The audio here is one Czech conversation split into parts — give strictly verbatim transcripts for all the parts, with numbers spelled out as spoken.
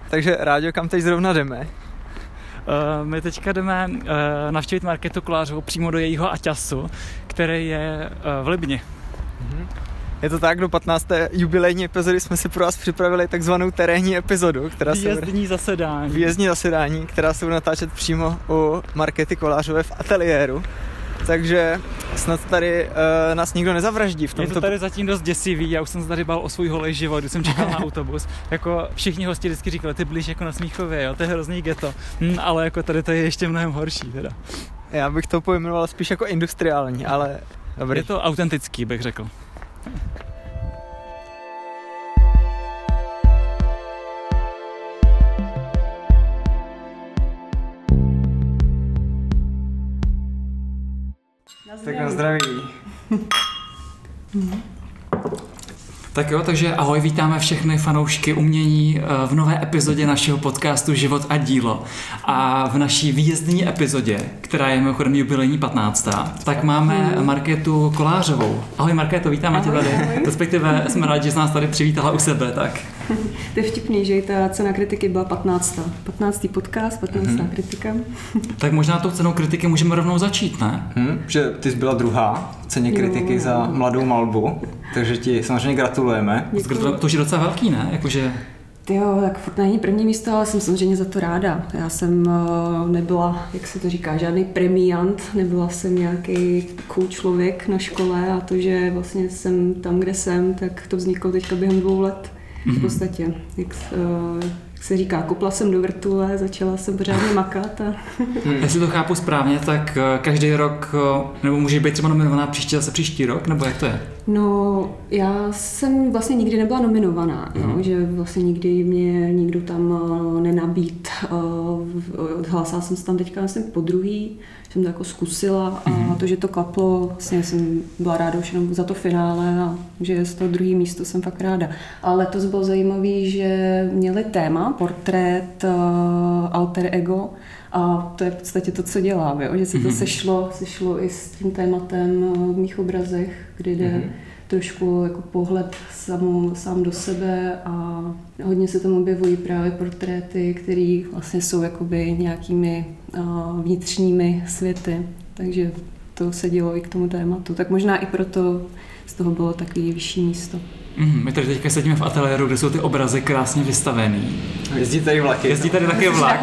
takže Ráďo, kam teď zrovna jdeme? Uh, my teďka jdeme uh, navštívit Markétu Kolářovou přímo do jejího aťasu, který je uh, v Libni. Mm-hmm. Je to tak, do patnácté jubilejní epizody jsme si pro vás připravili takzvanou terénní epizodu, která se Výjezdní zasedání. Výjezdní zasedání, která se bude natáčet přímo u Markéty Kolářové v ateliéru. Takže snad tady uh, nás nikdo nezavraždí v tomto... Je to tady zatím dost děsivý, já už jsem se tady bál o svůj holej život, když jsem čekal na autobus. Jako všichni hosti vždycky říkali, ty blíž jako na Smíchově, jo, to je hrozný ghetto. Hm, ale jako tady to je ještě mnohem horší teda. Já bych to pojmenoval spíš jako industriální, ale dobrý. Je to autentický, bych řekl. Tak na zdraví. Tak jo, takže ahoj, vítáme všechny fanoušky umění v nové epizodě našeho podcastu Život a dílo. A v naší výjezdní epizodě, která je mimochodem jubilejní patnáctá, tak máme Markétu Kolářovou. Ahoj Markéto, vítáme tě tady. Respektive jsme rádi, že jsi nás tady přivítala u sebe, tak. To je vtipný, že ta cena kritiky byla patnáctá. patnáctý podcast, patnáctá hmm. kritika. Tak možná tou cenou kritiky můžeme rovnou začít, ne? Hmm, že ty jsi byla druhá v ceně kritiky jo. za mladou malbu, takže ti samozřejmě gratulujeme. Děkuju. To už je docela velký, ne? Jakože... Jo, tak furt není první místo, ale jsem samozřejmě za to ráda. Já jsem nebyla, jak se to říká, žádný premiant, nebyla jsem nějaký cool člověk na škole a to, že vlastně jsem tam, kde jsem, tak to vzniklo teďka během dvou let. V podstatě, jak, jak se říká, kopla jsem do vrtule, začala jsem pořádně makat. A... Jestli to chápu správně, tak každý rok, nebo může být třeba nominovaná příští zase příští rok, nebo jak to je? No, já jsem vlastně nikdy nebyla nominovaná, mm-hmm. no, že vlastně nikdy mě nikdo tam nenabít. Odhlásila jsem se tam teďka vlastně po druhý, jsem to jako zkusila a mm-hmm. to, že to klaplo, vlastně jsem byla ráda už jenom za to finále a že z toho druhý místo jsem fakt ráda. Ale letos bylo zajímavý, že měli téma, portrét, alter ego a to je v podstatě to, co dělám, jo? Že se to mm-hmm. sešlo, sešlo i s tím tématem v mých obrazech, kdy jde mm-hmm. trošku jako pohled sám, sám do sebe a hodně se tam objevují právě portréty, které vlastně jsou jakoby nějakými uh, vnitřními světy, takže to se dělo i k tomu tématu. Tak možná i proto z toho bylo takový vyšší místo. Mm, my tady teďka sedíme v ateliéru, kde jsou ty obrazy krásně vystavený. Jezdí tady vlaky. Jezdí tady taky vlak.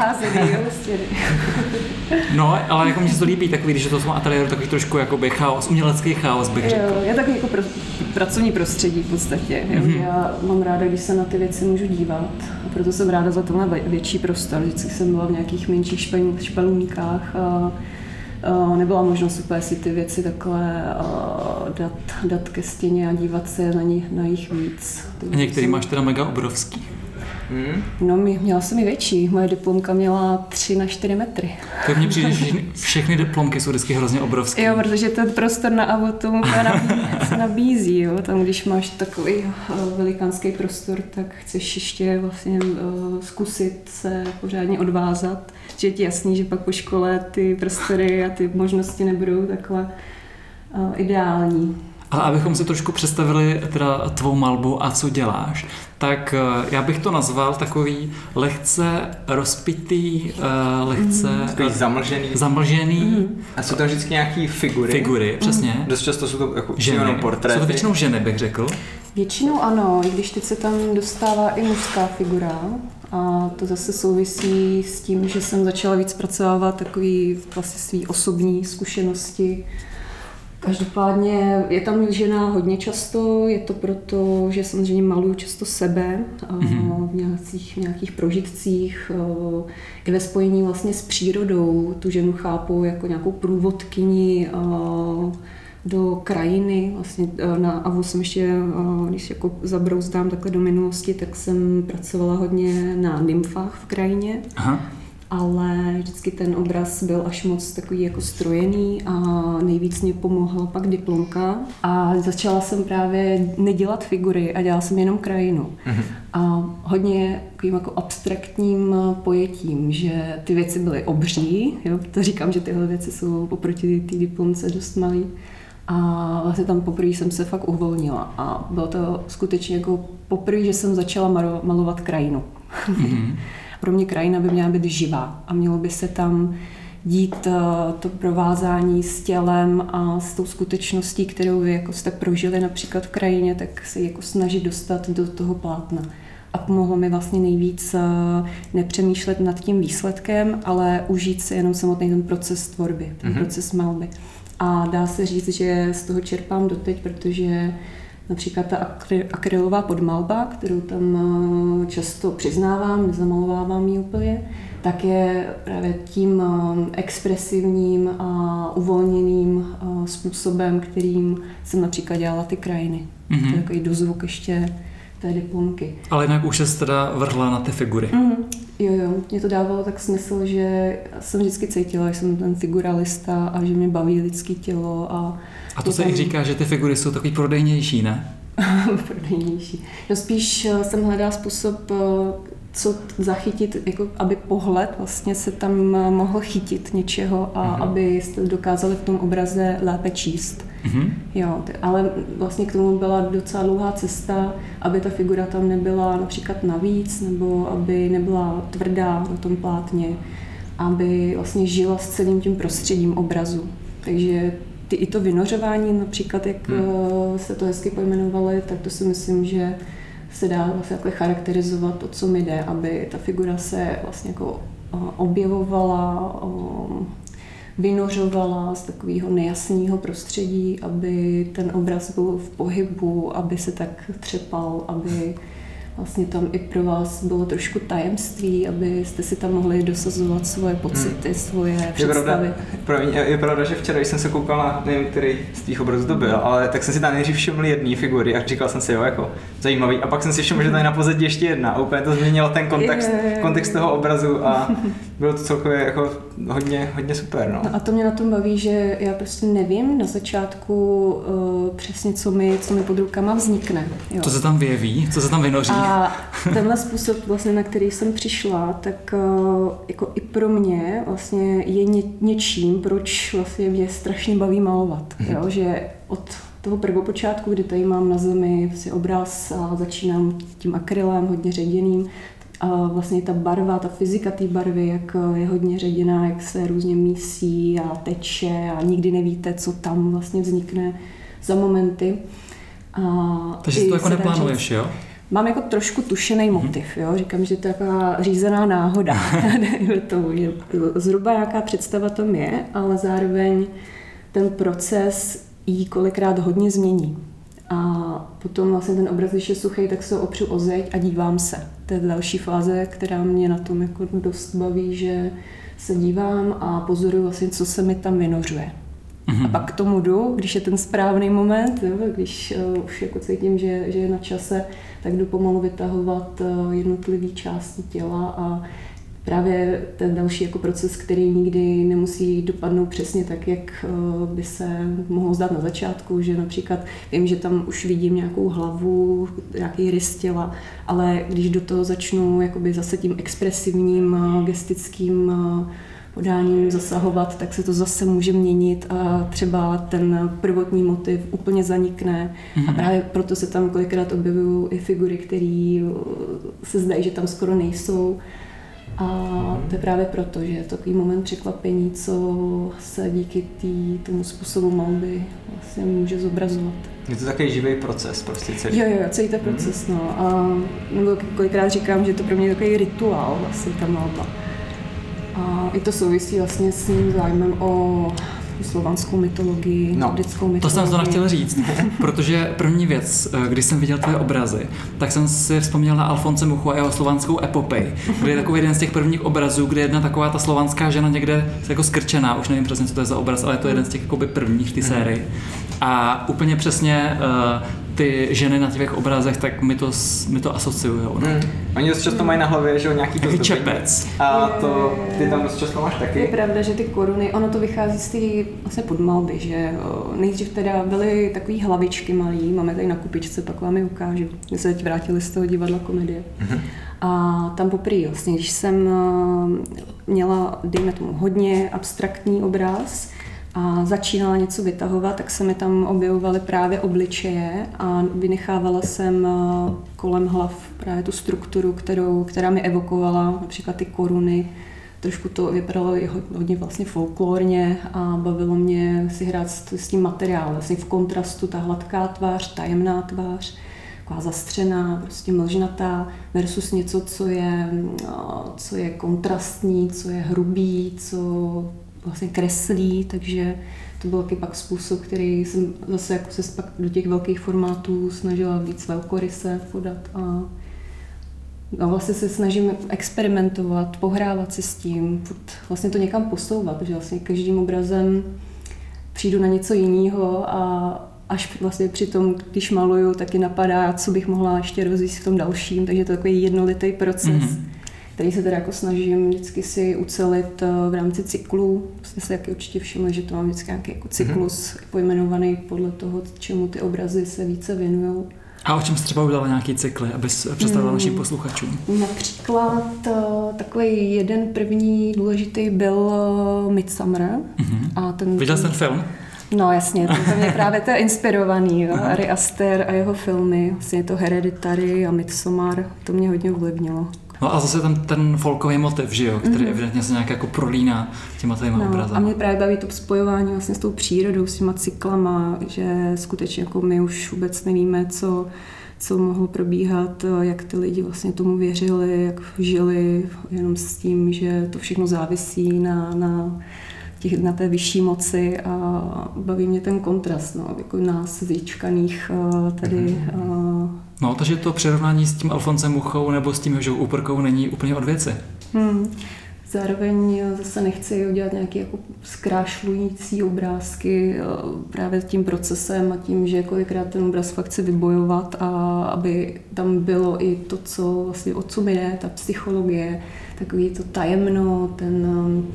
No, ale jako mi se to líbí, takový, když je to v tom ateliéru, takový trošku jakoby chaos, umělecký chaos, bych řekl. Jo, je takový jako pro, pracovní prostředí v podstatě. Mm-hmm. Já mám ráda, když se na ty věci můžu dívat, a proto jsem ráda za tohle větší prostor. Vždycky jsem byla v nějakých menších špel, špalůnkách a Uh, nebyla možnost úplně si ty věci takhle uh, dát, dát ke stěně a dívat se na, ně, na jich víc. A některý jsem... máš teda mega obrovský. Hmm? No, měla jsem i větší. Moje diplomka měla tři na čtyři metry. To mně přijde, že všechny diplomky jsou vždycky hrozně obrovské. Jo, protože ten prostor na avotu se nabízí. Jo. Tam, když máš takový uh, velikánský prostor, tak chceš ještě vlastně uh, zkusit se pořádně odvázat. Že je ti jasný, že pak po škole ty prostory a ty možnosti nebudou takhle uh, ideální. Ale abychom si trošku představili teda tvou malbu a co děláš, tak já bych to nazval takový lehce rozpitý, uh, lehce mm. zamlžený. zamlžený. Mm. A jsou tam vždycky nějaký figury. Figury, přesně. Mm. Dost často jsou to jako ženy. portréty. Jsou to většinou ženy, bych řekl. Většinou ano, i když teď se tam dostává i mužská figura. A to zase souvisí s tím, že jsem začala víc pracovat takový vlastně svý osobní zkušenosti. Každopádně je tam žena hodně často, je to proto, že samozřejmě maluju často sebe mm-hmm. v nějakých, nějakých prožitcích, i ve spojení vlastně s přírodou. Tu ženu chápu jako nějakou průvodkyni do krajiny. Vlastně na Avu jsem ještě, když jako zabrouzdám takhle do minulosti, tak jsem pracovala hodně na nymfách v krajině. Aha. Ale vždycky ten obraz byl až moc takový jako strojený a nejvíc mě pomohla pak diplomka a začala jsem právě nedělat figury a dělala jsem jenom krajinu. Mm-hmm. A hodně takovým jako abstraktním pojetím, že ty věci byly obří, jo, to říkám, že tyhle věci jsou oproti té diplomce dost malý. A vlastně tam poprvé jsem se fakt uvolnila a bylo to skutečně jako poprvé, že jsem začala malovat krajinu. Mm-hmm. Pro mě krajina by měla být živá a mělo by se tam dít to provázání s tělem a s tou skutečností, kterou vy jako jste prožili například v krajině, tak se jako snažit dostat do toho plátna. A pomohlo mi vlastně nejvíc nepřemýšlet nad tím výsledkem, ale užít si jenom samotný ten proces tvorby, ten mm-hmm. proces malby. A dá se říct, že z toho čerpám doteď, protože například ta akrylová podmalba, kterou tam často přiznávám, nezamalovávám ji úplně, tak je právě tím expresivním a uvolněným způsobem, kterým jsem například dělala ty krajiny. Mm-hmm. To je takový dozvuk ještě té diplomky. Ale jinak už se teda vrhla na ty figury. Mm, jo, jo. Mně to dávalo tak smysl, že jsem vždycky cítila, že jsem ten figuralista a že mě baví lidské tělo. A, a to se tam... i říká, že ty figury jsou takový prodejnější, ne? Prodejnější. No spíš jsem hledala způsob, co zachytit, jako aby pohled vlastně se tam mohl chytit něčeho a mm-hmm. abyste dokázali v tom obraze lépe číst. Mm-hmm. Jo, ale vlastně k tomu byla docela dlouhá cesta, aby ta figura tam nebyla například navíc, nebo aby nebyla tvrdá na tom plátně, aby vlastně žila s celým tím prostředím obrazu. Takže ty, i to vynořování například, jak mm. se to hezky pojmenovali, tak to si myslím, že se dá vlastně takhle charakterizovat, o co mi jde, aby ta figura se vlastně jako objevovala, vynořovala z takového nejasného prostředí, aby ten obraz byl v pohybu, aby se tak třepal, aby vlastně tam i pro vás bylo trošku tajemství, abyste si tam mohli dosazovat svoje pocity, hmm. svoje představy. Je pravda, je pravda, že včera, když jsem se koukal na, nevím, který z tvých obrazů to byl, ale tak jsem si tam nejdřív všiml jedné figury a říkal jsem si, jo, jako zajímavý. A pak jsem si všiml, že tady na pozadí ještě jedna a úplně to změnilo ten kontext, kontext toho obrazu a bylo to celkově jako hodně, hodně super. No. No a to mě na tom baví, že já prostě nevím na začátku uh, přesně, co mi, co mi pod rukama vznikne. Jo. To se tam vyjeví, co se tam vynoří. A tenhle způsob, vlastně, na který jsem přišla, tak uh, jako i pro mě vlastně je ně, něčím, proč vlastně mě strašně baví malovat. Mm. Jo? Že od toho prvopočátku, kdy tady mám na zemi vlastně obraz a začínám tím akrylem hodně ředěným, a vlastně ta barva, ta fyzika té barvy, jak je hodně ředěná, jak se různě mísí a teče a nikdy nevíte, co tam vlastně vznikne za momenty. A takže to jako neplánuješ, jo? Mám jako trošku tušený motiv, jo? Říkám, že to je taková řízená náhoda. tomu, že zhruba nějaká představa tam je, ale zároveň ten proces jí kolikrát hodně změní. A potom vlastně ten obraz, když je suchý, tak se opřu o zeď a dívám se. To je další fáze, která mě na tom jako dost baví, že se dívám a pozoruju vlastně, co se mi tam vynořuje. Mm-hmm. A pak k tomu jdu, když je ten správný moment, jo, když uh, už jako cítím, že, že je na čase, tak jdu pomalu vytahovat uh, jednotlivé části těla a právě ten další jako proces, který nikdy nemusí dopadnout přesně tak, jak uh, by se mohlo zdát na začátku, že například vím, že tam už vidím nějakou hlavu, nějaký rys těla, ale když do toho začnu jakoby zase tím expresivním, uh, gestickým uh, podáním zasahovat, tak se to zase může měnit a třeba ten prvotní motiv úplně zanikne. Mm-hmm. A právě proto se tam kolikrát objevují i figury, které se zdají, že tam skoro nejsou. A to je právě proto, že je to takový moment překvapení, co se díky tý, tomu způsobu malby vlastně může zobrazovat. Je to takový živý proces prostě celý. Jo, jo, celý ten proces, mm-hmm. no. A nebo kolikrát říkám, že to pro mě je takový rituál vlastně ta malba. A i to souvisí vlastně s tím zájmem o slovanskou mytologii, no, nordickou mytologii. To jsem to nechtěl říct, protože první věc, když jsem viděl tvoje obrazy, tak jsem si vzpomněl na Alfonse Muchu a jeho slovanskou epopej, kde je takový jeden z těch prvních obrazů, kde je jedna taková ta slovanská žena někde jako skrčená, už nevím přesně, co to je za obraz, ale je to jeden z těch jakoby prvních v té sérii. A úplně přesně uh, ty ženy na těch obrazech, tak mi to, mi to asociujou. No. Hmm. Oni dost často mají na hlavě, že nějaký to čepec. A to ty tam dost často máš taky. Je pravda, že ty koruny, ono to vychází z té vlastně podmalby, že nejdřív teda byly takový hlavičky malý, máme tady na kupičce, pak vám je ukážu. My se teď vrátili z toho divadla komedie. Mm-hmm. A tam poprvé vlastně, když jsem měla, dejme tomu, hodně abstraktní obraz, a začínala něco vytahovat, tak se mi tam objevovaly právě obličeje a vynechávala jsem kolem hlav právě tu strukturu, kterou, která mi evokovala, například ty koruny. Trošku to vypadalo hodně vlastně folklorně a bavilo mě si hrát s, s tím materiálem. Vlastně v kontrastu ta hladká tvář, tajemná tvář, taková zastřená, prostě mlžnatá versus něco, co je, co je kontrastní, co je hrubý, co vlastně kreslí, takže to byl taky pak způsob, který jsem zase jako se pak do těch velkých formátů snažila víc velkoryse podat a a vlastně se snažím experimentovat, pohrávat si s tím, vlastně to někam posouvat, protože vlastně každým obrazem přijdu na něco jiného a až vlastně při tom, když maluju, taky napadá, co bych mohla ještě rozvíjet v tom dalším, takže to je takový jednolitý proces, mm-hmm. který se teda jako snažím vždycky si ucelit v rámci cyklu. Vlastně se taky určitě všimli, že to mám vždycky nějaký jako cyklus mm-hmm. pojmenovaný podle toho, čemu ty obrazy se více věnují. A o čem jsi třeba udělala nějaký cykly, abys představila mm, našim posluchačům? Například takový jeden první důležitý byl Midsommar. Mm-hmm. A ten, Viděl jsi ten film? No jasně, to, to mě právě to je inspirovaný, jo? Ari Aster a jeho filmy, vlastně to Hereditary a Midsommar, to mě hodně ovlivnilo. No a zase tam ten folkový motiv, že jo, který mm-hmm. evidentně se nějak jako prolíná těma těma no, obrazama. A mě právě baví to spojování vlastně s tou přírodou, s těma cyklama, že skutečně jako my už vůbec nevíme, co, co mohlo probíhat, jak ty lidi vlastně tomu věřili, jak žili, jenom s tím, že to všechno závisí na, na, těch, na té vyšší moci a baví mě ten kontrast, no, jako nás zíčkaných tady. Mm-hmm. No, takže to přirovnání s tím Alfonsem Muchou nebo s tím Jožou Úprkou není úplně od věci. Hmm. Zároveň zase nechci udělat nějaké jako zkrášlující obrázky právě tím procesem a tím, že kolikrát ten obraz fakt chci vybojovat a aby tam bylo i to, co vlastně o co mi jde, ta psychologie, takový to tajemno, ten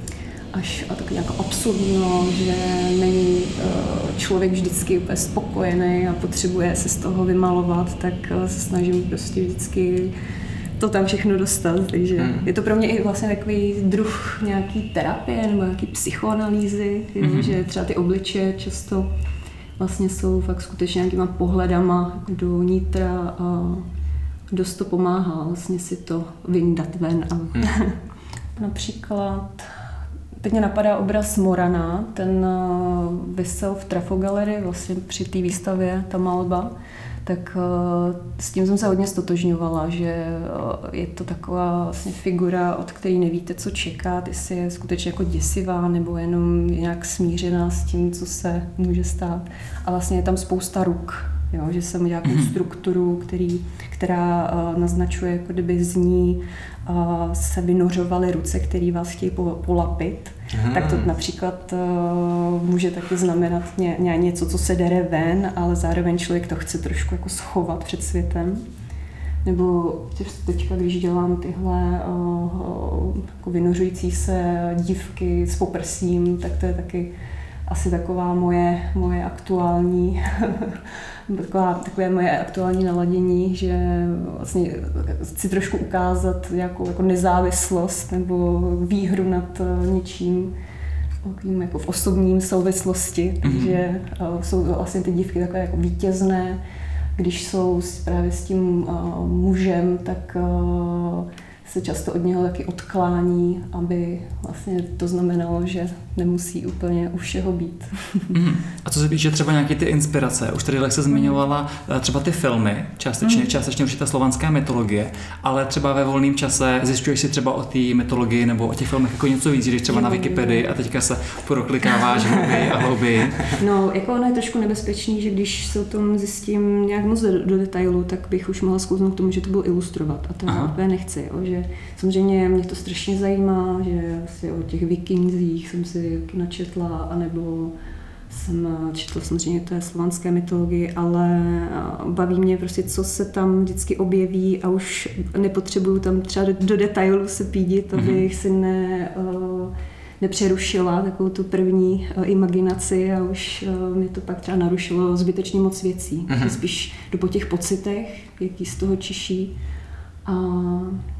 až a takový jako absurdno, že není člověk vždycky úplně spokojený a potřebuje se z toho vymalovat, tak se snažím prostě vždycky to tam všechno dostat, takže hmm. je to pro mě i vlastně takový druh nějaký terapie nebo nějaký psychoanalýzy, hmm. že třeba ty obličeje často vlastně jsou fakt skutečně nějakýma pohledama do nitra a dost to pomáhá vlastně si to vyndat ven. A hmm. například teď mě napadá obraz Morana, ten visel v Trafo Gallery, vlastně při té výstavě, ta malba, tak s tím jsem se hodně stotožňovala, že je to taková vlastně figura, od které nevíte, co čekat, jestli je skutečně jako děsivá, nebo jenom nějak smířená s tím, co se může stát. A vlastně je tam spousta ruk, jo, že jsem udělala nějakou strukturu, který, která naznačuje, jako kdyby z ní se vynořovaly ruce, které vás chtějí polapit. Aha. Tak to například uh, může taky znamenat ně, ně, něco, co se dere ven, ale zároveň člověk to chce trošku jako schovat před světem. Nebo teďka, když dělám tyhle uh, jako vynořující se dívky s poprsím, tak to je taky asi taková moje, moje aktuální taková, takové moje aktuální naladění, že vlastně chci trošku ukázat nějakou jako nezávislost nebo výhru nad něčím jako v osobním souvislosti, takže jsou vlastně ty dívky takové jako vítězné, když jsou právě s tím mužem, tak se často od něho taky odklání, aby vlastně to znamenalo, že nemusí úplně u všeho být. Mm. A co se týče třeba nějaké ty inspirace, už tady se zmiňovala třeba ty filmy, částečně, mm. částečně určitá slovanská mytologie, ale třeba ve volném čase zjišťuješ si třeba o té mytologii nebo o těch filmech jako něco víc, když třeba jo, na Wikipedii a teďka se proklikáváš hlouběji a hlouběji. No, jako ono je trošku nebezpečný, že když se o tom zjistím nějak moc do, do detailu, tak bych už mohla sklouznout k tomu, že to bylo ilustrovat a to já úplně nechci, jo, že samozřejmě mě to strašně zajímá, že si o těch vikingzích jsem si načetla, anebo jsem četla samozřejmě té slovanské mytologii, ale baví mě prostě, co se tam vždycky objeví a už nepotřebuju tam třeba do, do detailu se pídit, abych si ne, nepřerušila takovou tu první imaginaci a už mě to pak třeba narušilo zbytečně moc věcí. Mm-hmm. Spíš jdu po těch pocitech, jaký z toho čiší. A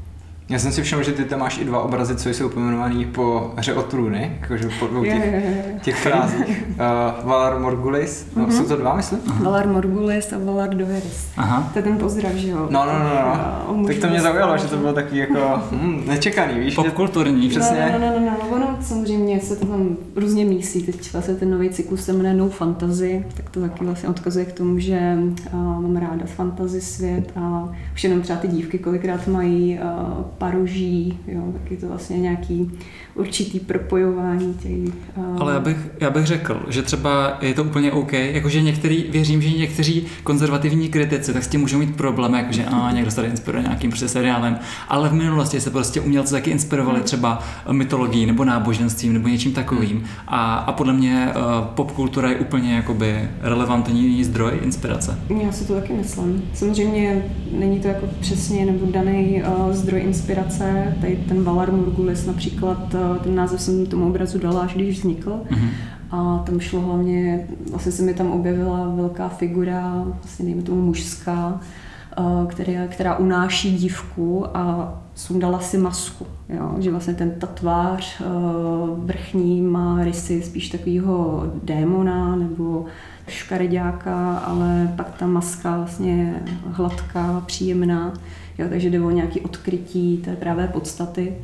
Já jsem si všiml, že ty tam máš i dva obrazy, co jsou pojmenovaný po hře o trůny, jakože po dvou těch, je, je, je. těch frázích. Uh, Valar Morghulis, no, mm-hmm. jsou to dva, myslím? Aha. Valar Morghulis a Valar Dohaeris. Aha. To je ten pozdrav, že jo? No, no, no, no. no. Tak to mě zaujalo, že to bylo taky jako hm, nečekaný, víš? Popkulturní. Přesně. No, no, no, no, no, ono samozřejmě se to tam různě mísí. Teď vlastně ten nový cyklus se jmenuje No Fantasy, tak to taky vlastně odkazuje k tomu, že uh, mám ráda fantasy svět a už jenom třeba ty dívky kolikrát mají uh, paroží, jo, taky to vlastně nějaký určitý propojování těch... Uh... Ale já bych, já bych řekl, že třeba je to úplně OK, jakože některý, věřím, že někteří konzervativní kritici tak s tím můžou mít problém, jakože a někdo se tady inspiruje nějakým prostě seriálem, ale v minulosti se prostě umělci taky inspirovali třeba mytologií nebo náboženstvím nebo něčím takovým a, a podle mě uh, popkultura je úplně jakoby relevantní zdroj inspirace. Já si to taky myslím. Samozřejmě není to jako přesně nebo daný uh, zdroj inspirace, tady ten Valar Morghulis například, uh, ten název jsem tomu obrazu dala, až když vznikl. Mm-hmm. A tam šlo hlavně, vlastně se mi tam objevila velká figura, vlastně dejme tomu mužská, uh, která, která unáší dívku a sundala si masku. Jo? Že vlastně ten ta tvář uh, vrchní má rysy spíš takového démona nebo škareďáka, ale pak ta maska vlastně hladká, příjemná, jo, takže jde o nějaké odkrytí té pravé podstaty.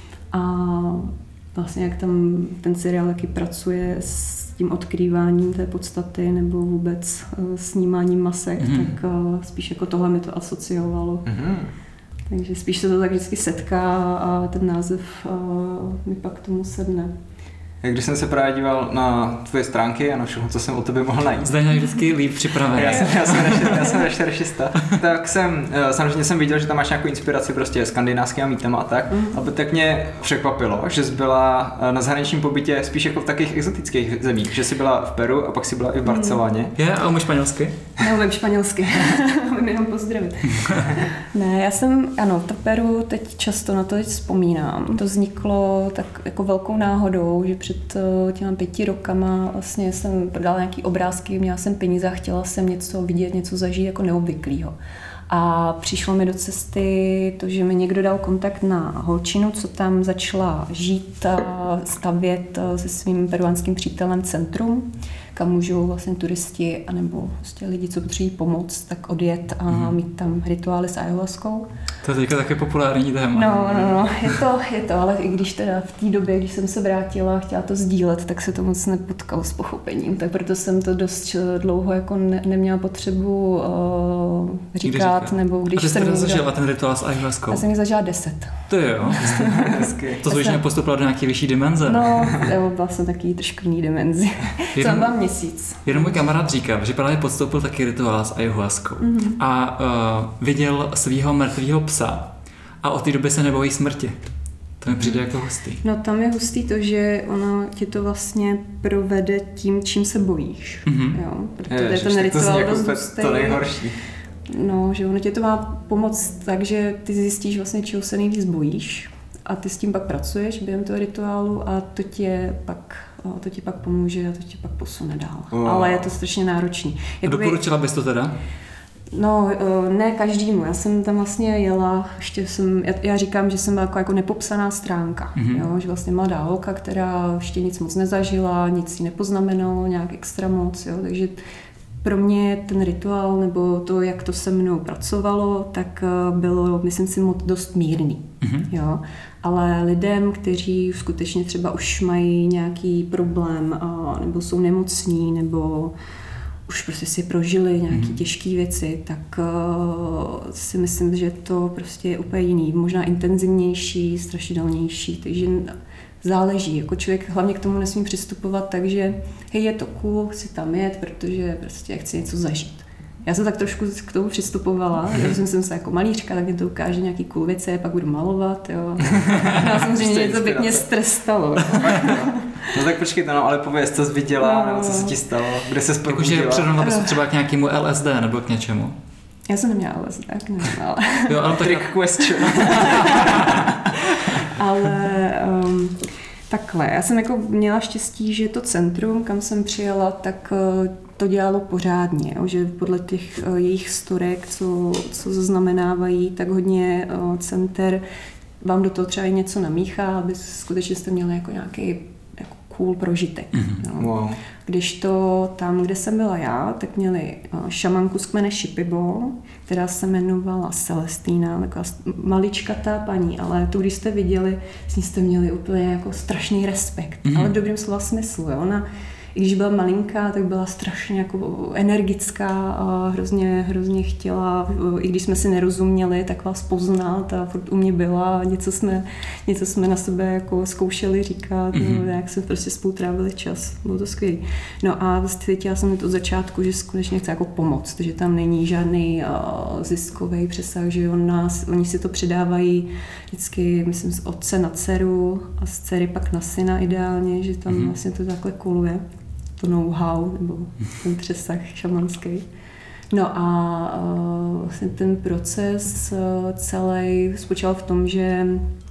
A vlastně jak tam ten seriál taky pracuje s tím odkrýváním té podstaty nebo vůbec snímáním masek, mm. tak spíš jako tohle mi to asociovalo. Mm. Takže spíš se to tak vždycky setká a ten název mi pak k tomu sedne. Když jsem se právě díval na tvoje stránky a na všechno, co jsem o tobě mohl najít. Zde je vždycky líp připravený. Já jsem, já jsem, rešer, já jsem rešeršista. Tak jsem, samozřejmě jsem viděl, že tam máš nějakou inspiraci prostě skandinávským mýtama a tak. Mm. A tak mě překvapilo, že jsi byla na zahraničním pobytě spíš jako v takových exotických zemích. Že jsi byla v Peru a pak jsi byla i v Barceloně. Mm. Je, a umíš španělsky? Neumím španělsky, umím jenom pozdravit. Ne, já jsem, ano, to Peru teď často na to teď vzpomínám. To vzniklo tak jako velkou náhodou, že před těma pěti rokama vlastně jsem prodala nějaký obrázky, měla jsem peníze a chtěla jsem něco vidět, něco zažít jako neobvyklého. A přišlo mi do cesty to, že mi někdo dal kontakt na holčinu, co tam začala žít a stavět se svým peruánským přítelem centrum, kam můžou vlastně turisti anebo vlastně lidi, co potřebují pomoc, tak odjet a mm. mít tam rituály s ayahuaskou. To je teďka taky populární téma. No, no, no, je to, je to, ale i když teda v té době, když jsem se vrátila a chtěla to sdílet, tak se to moc nepotkalo s pochopením, tak proto jsem to dost dlouho jako ne, neměla potřebu uh, říkat, říká. nebo když a jsem... A ty jsi zažila ten rituál s ayahuaskou? Já jsem ji zažila deset. To jo. To jsi už nepostupila do nějaké vyšší dimenze. No, jo, byla jsem taky trošku jiný dimenzi. Jsem byla měsíc. Jeden můj kamarád říkal, že právě podstoupil taky rituál s ayahuaskou mm-hmm. a uh, viděl svého mrtvého psa a od té doby se nebojí smrti. To mi přijde jako hustý. No tam je hustý to, že ono ti to vlastně provede tím, čím se bojíš. Mm-hmm. Jo, protože je, ten rituál dost hustý. To nejhorší. No, že ono ti to má pomoct tak, že ty zjistíš vlastně, čeho se nejvíc bojíš a ty s tím pak pracuješ během toho rituálu a to tě pak, to ti pak pomůže a to tě pak posune dál. Wow. Ale je to strašně náročný. Jakoby... Doporučila bys to teda? No, ne každému. Já jsem tam vlastně jela, ještě jsem, já, já říkám, že jsem byla jako, jako nepopsaná stránka. Mm-hmm. Jo? Že vlastně mladá holka, která ještě nic moc nezažila, nic jí nepoznamenalo, nějak extra moc. Jo? Takže pro mě ten rituál nebo to, jak to se mnou pracovalo, tak bylo, myslím si, moc dost mírný. Mm-hmm. Jo? Ale lidem, kteří skutečně třeba už mají nějaký problém nebo jsou nemocní nebo už prostě si prožili nějaké mm. těžké věci, tak uh, si myslím, že to prostě je úplně jiný, možná intenzivnější, strašidelnější, takže záleží, jako člověk hlavně k tomu nesmí přistupovat, takže hej, je to cool, chci tam jet, protože prostě chci něco zažít. Já jsem tak trošku k tomu přistupovala, že jsem se jako malířka, tak mě to ukáže nějaký cool věci, pak budu malovat, jo. Já samozřejmě mě to pěkně strestalo. No tak počkej, no, ale pověz, co jsi viděla, no, nebo co se ti stalo, kde se probudila. Jakože předomla bys třeba k nějakému L S D nebo k něčemu? Já jsem neměla L S D, tak nevím, ale... Jo, ale tak... Trick question. ale... Um, takhle, já jsem jako měla štěstí, že to centrum, kam jsem přijela, tak to dělalo pořádně, jo, že podle těch jejich storek, co, co zaznamenávají, tak hodně center vám do toho třeba i něco namíchá, aby skutečně jste měli jako nějaký jako cool prožitek. Mm-hmm. No. Wow. Když to tam, kde jsem byla já, tak měli šamanku z kmene Shipibo, která se jmenovala Celestína, taková maličkatá paní, ale tu, když jste viděli, s ní jste měli úplně jako strašný respekt, mm-hmm. ale v dobrém slova smyslu. Jo? Ona, i když byla malinká, tak byla strašně jako energická a hrozně, hrozně chtěla, i když jsme si nerozuměli, tak vás poznat a furt u mě byla, něco jsme, něco jsme na sebe jako zkoušeli říkat, mm-hmm. no, jak jsme prostě spolu trávili čas, bylo to skvělé. No a cítila jsem to od začátku, že skutečně chce jako pomoct, že tam není žádný uh, ziskový přesah, že on nás, oni si to předávají vždycky, myslím, z otce na dceru a z dcery pak na syna ideálně, že tam mm-hmm. vlastně to takhle kuluje. To know-how, nebo ten přesah šamanský. No a uh, vlastně ten proces uh, celý spočíval v tom, že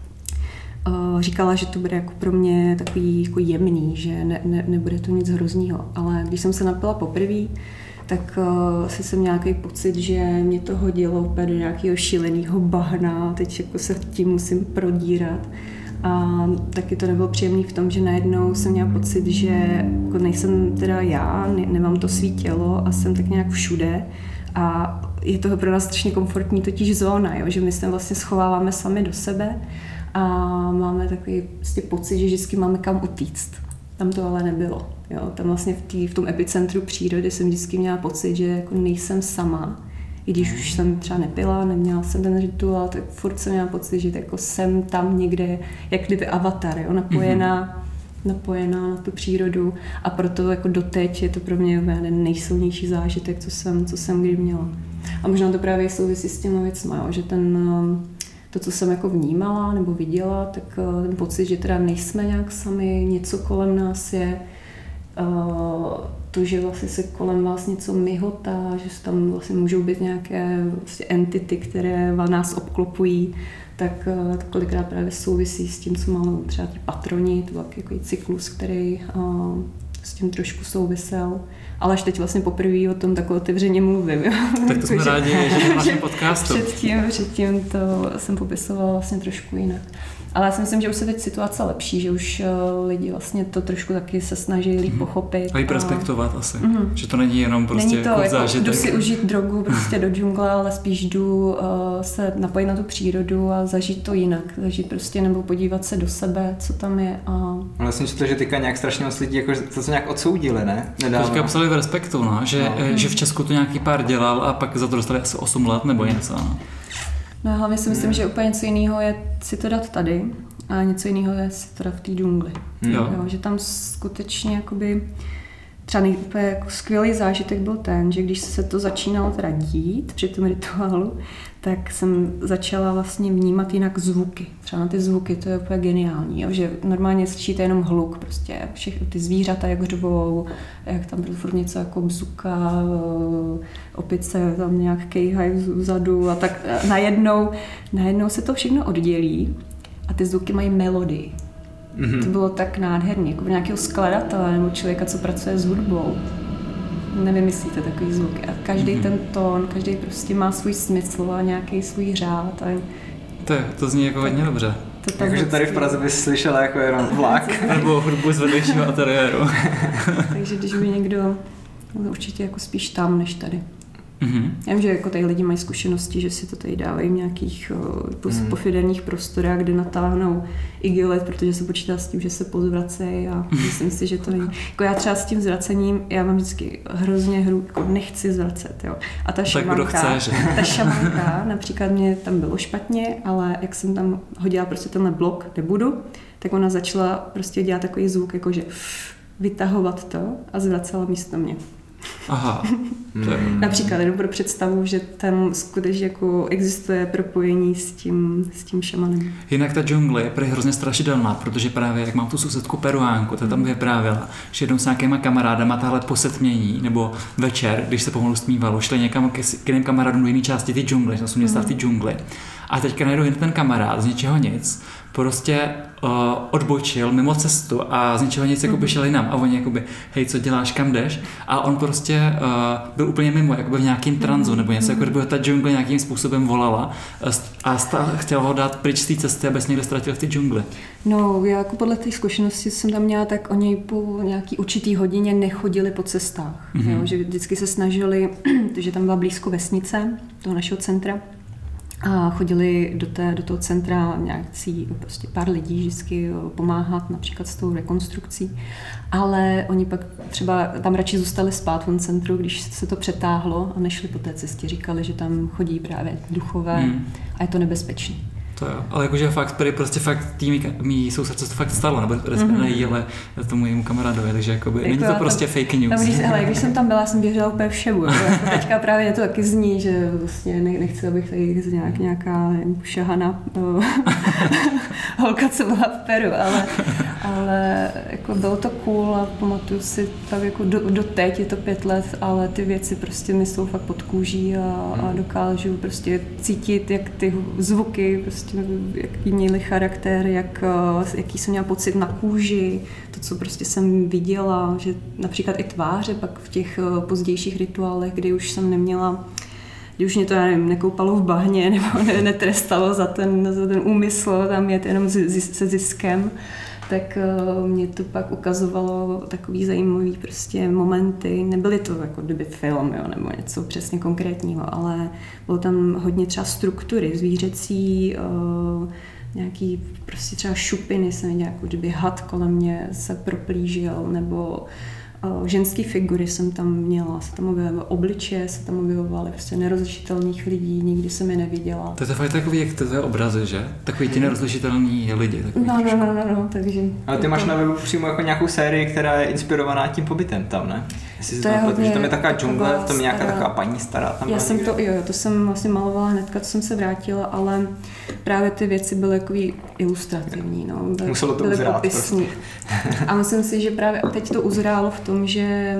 uh, říkala, že to bude jako pro mě takový jako jemný, že ne, ne, nebude to nic hroznýho. Ale když jsem se napila poprvé, tak uh, asi jsem měla takový pocit, že mě to hodilo úplně do nějakého šíleného bahna, teď jako se tím musím prodírat. A taky to nebylo příjemný v tom, že najednou jsem měla pocit, že jako nejsem teda já, ne, nemám to svý tělo a jsem tak nějak všude. A je to pro nás strašně komfortní totiž zóna, jo? Že my se vlastně schováváme sami do sebe a máme takový prostě pocit, že vždycky máme kam utíct. Tam to ale nebylo. Jo? Tam vlastně v, tý, v tom epicentru přírody jsem vždycky měla pocit, že jako nejsem sama. I když už jsem třeba nepila, neměla jsem ten rituál, tak furt jsem měla pocit, že jako jsem tam někde, jak kdyby avatar, jo, napojená, mm-hmm. napojená na tu přírodu a proto jako doteď je to pro mě ten nejsilnější zážitek, co jsem, co jsem kdy měla. A možná to právě souvisí s těma věcma, jo, že ten, to, co jsem jako vnímala nebo viděla, tak ten pocit, že teda nejsme nějak sami, něco kolem nás je, to, že vlastně se kolem vás něco myhotá, že tam vlastně můžou být nějaké vlastně entity, které nás obklopují, tak, tak kolikrát právě souvisí s tím, co máme třeba ty patroni, to byl takový cyklus, který uh, s tím trošku souvisel. Ale až teď vlastně poprvé o tom tak otevřeně mluvím. Tak to jsme rádi, že v našem podcastu. Předtím, předtím to jsem popisovala vlastně trošku jinak. Ale já si myslím, že už se teď situace lepší, že už uh, lidi vlastně to trošku taky se snaží líp pochopit. A líp respektovat a... asi. Mm-hmm. Že to není jenom prostě není to, jako jako zážitek. Jdu si užít drogu prostě do džungle, ale spíš jdu uh, se napojit na tu přírodu a zažít to jinak. Zažít prostě nebo podívat se do sebe, co tam je. A... Vlastně to, že teďka nějak strašně moc lidí jako to se nějak odsoudili, ne? Nedávno. Teďka psali v Respektu, no, že, no. že v Česku to nějaký pár dělal a pak za to dostali asi osm let nebo něco. No, no hlavně si myslím, že úplně něco jiného je si to dát tady. A něco jiného je si teda v té džungli. Jo. Jo, že tam skutečně jakoby třeba nejprve jako skvělý zážitek byl ten, že když se to začínalo teda dít při tom rituálu, tak jsem začala vlastně vnímat jinak zvuky. Třeba na ty zvuky, to je úplně geniální, jo? Že normálně slyšíte jenom hluk, prostě všechny ty zvířata, jak řvou, jak tam furt něco jako bzuká, opice tam nějak kejhají vzadu a tak najednou, najednou se to všechno oddělí. A ty zvuky mají melodii. Mm-hmm. To bylo tak nádherný, jako nějakého skladatele nebo člověka, co pracuje s hudbou. Nevymyslíte takový zvuky. A každý mm-hmm. ten tón, každý prostě má svůj smysl a nějaký svůj řád. A... To, to zní jako hodně dobře. Takže tady v Praze bys slyšela jako jenom vlak. Nebo hudbu z vedlejšího ateliéru. Takže když by někdo, určitě jako spíš tam, než tady. Mm-hmm. Já vím, že jako tady lidi mají zkušenosti, že si to tady dávají v nějakých uh, mm. pofiderních prostorách, kde natáhnou igilet, protože se počítá s tím, že se pozvracejí a myslím si, že to není. Jako já třeba s tím zvracením, já mám vždycky hrozně hru, jako nechci zvracet, jo. A ta šamanka, ta šamanka, například mě tam bylo špatně, ale jak jsem tam hodila prostě tenhle blok, nebudu, tak ona začala prostě dělat takový zvuk, jakože vytahovat to a zvracela místo mě. Aha. Hmm. Například jenom pro představu, že tam skutečně jako existuje propojení s tím, s tím šamanem. Jinak ta džungle je prý hrozně strašidelná, protože právě jak mám tu sousedku Peruánku, ta tam vyprávěla, že jednou s nějakýma kamarádama tahle posetmění, nebo večer, když se pomalu stmívalo, šli někam k, k jiným kamarádům do jiné části ty džungle, že jsou města v té džungli. A teďka najednou jen ten kamarád z ničeho nic prostě uh, odbočil mimo cestu a z ničeho nic jakoby šel jinam a oni jakoby, hej, co děláš, kam jdeš? A on prostě prostě uh, byl úplně mimo, jako byl v nějakým tranzu nebo něco, jako kdyby ho ta džungle nějakým způsobem volala a stá, chtěla ho dát pryč z té cesty, aby se někde ztratil v té džungli. No, já jako podle té zkušenosti jsem tam měla, tak oni po nějaký určitý hodině nechodili po cestách, mm-hmm. jo, že vždycky se snažili, že tam byla blízko vesnice, toho našeho centra, a chodili do, té, do toho centra nějaký prostě pár lidí vždycky pomáhat například s tou rekonstrukcí, ale oni pak třeba tam radši zůstali spát v tom centru, když se to přetáhlo a nešli po té cestě, říkali, že tam chodí právě duchové hmm. a je to nebezpečné. To jo, ale jakože fakt, prostě fakt tým mý sousedce to fakt stalo, nebo respektive mm-hmm. nejí, ale tomu jejímu kamarádovi, takže jakoby, jako není to prostě tam, fake news. Tam, když, hele, když jsem tam byla, jsem běžela úplně všemu, jako teďka právě to taky zní, že vlastně nechci, abych tady nějak, nějaká šahana holka, co byla v Peru, ale, ale jako bylo to cool a pamatuju si tak jako do, do teď, je to pět let, ale ty věci prostě mi jsou fakt pod kůží a, a dokážu prostě cítit, jak ty zvuky prostě jaký měli charakter, jak, jaký jsem měla pocit na kůži, to, co prostě jsem viděla, že například i tváře pak v těch pozdějších rituálech, kdy už jsem neměla, kdy už mě to, já nevím, nekoupalo v bahně nebo ne, netrestalo za ten, za ten úmysl tam jet jenom se ziskem, tak mě to pak ukazovalo takový zajímavý prostě momenty. Nebyly to jako kdyby film, jo, nebo něco přesně konkrétního, ale bylo tam hodně třeba struktury zvířecí, uh, nějaký prostě třeba šupiny, jsem viděla, jako kdyby had kolem mě se proplížil, nebo uh, ženský figury jsem tam měla, se tam objevovaly obličeje, se tam objevovaly prostě nerozlišitelných lidí, nikdy jsem je neviděla. To je to fakt takový, jak to je obrazy, že? Takový ti nerozlišitelní lidi. No, no, no, no, no, takže... Ale ty máš na webu přímo jako nějakou sérii, která je inspirovaná tím pobytem tam, ne? Jestli to je hodně, že tam je taková džungle, tam je nějaká stará, taková paní stará tam. Já jsem to, jo, to jsem vlastně malovala hnedka, co jsem se vrátila, ale právě ty věci byly takový ilustrativní, no. Byly, muselo to byly uzrát popisní. Prostě. A myslím si, že právě teď to uzrálo v tom, že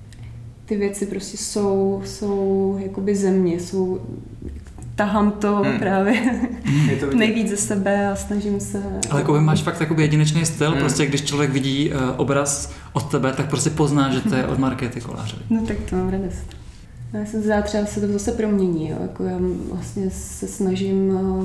ty věci prostě jsou, jsou jakoby země, jsou, tahám to hmm. právě to nejvíc ze sebe a snažím se... Ale jako máš fakt takový jedinečný styl, hmm. prostě když člověk vidí uh, obraz od tebe, tak prostě pozná, že to je od Markéty Kolářové. No tak to mám radost. Já jsem zda třeba se to zase promění, jo. Jako já vlastně se snažím uh,